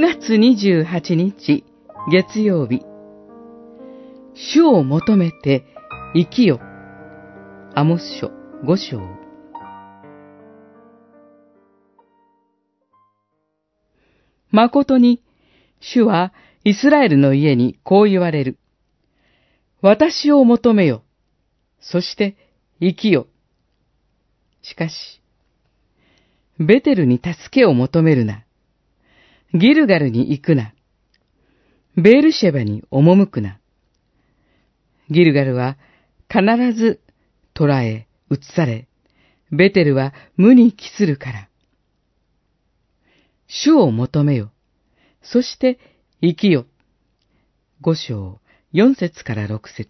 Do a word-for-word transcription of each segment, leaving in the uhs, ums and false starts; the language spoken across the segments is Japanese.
がつにじゅうはちにち月曜日、主を求めて生きよ。アモス書ご章。誠に、主はイスラエルの家にこう言われる。私を求めよ。そして生きよ。しかし、ベテルに助けを求めるな。ギルガルに行くな。ベールシェバに赴くな。ギルガルは必ず捕らえ、移され、ベテルは無に帰するから。主を求めよ。そして生きよ。五章、四節から六節。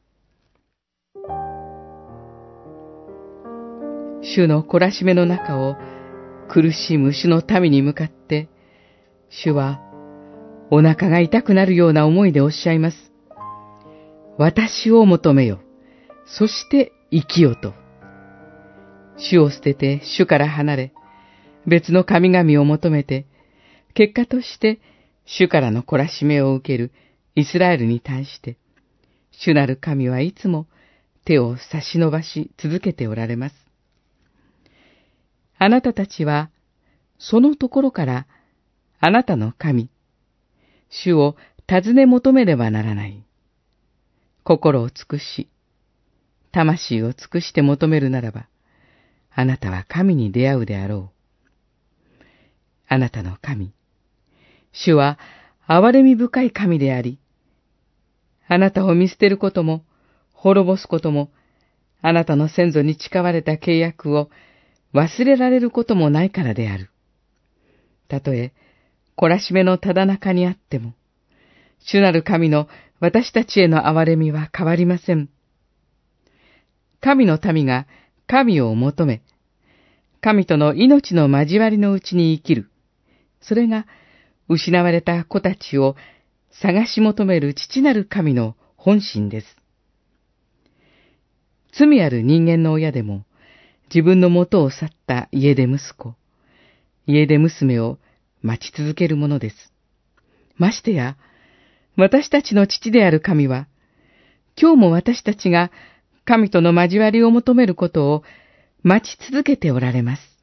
主の懲らしめの中を苦しむ主の民に向かって、主はお腹が痛くなるような思いでおっしゃいます。私を求めよ。そして生きよと。主を捨てて主から離れ、別の神々を求めて、結果として主からの懲らしめを受けるイスラエルに対して、主なる神はいつも手を差し伸ばし続けておられます。あなたたちは、そのところからあなたの神、主を尋ね求めねばならない。心を尽くし、魂を尽くして求めるならば、あなたは神に出会うであろう。あなたの神、主は憐れみ深い神であり、あなたを見捨てることも、滅ぼすことも、あなたの先祖に誓われた契約を忘れられることもないからである。たとえ、懲らしめのただ中にあっても、主なる神の私たちへの憐れみは変わりません。神の民が神を求め、神との命の交わりのうちに生きる。それが、失われた子たちを探し求める父なる神の本心です。罪ある人間の親でも、自分の元を去った家出息子、家出娘を待ち続けるものです。ましてや、私たちの父である神は、今日も私たちが神との交わりを求めることを待ち続けておられます。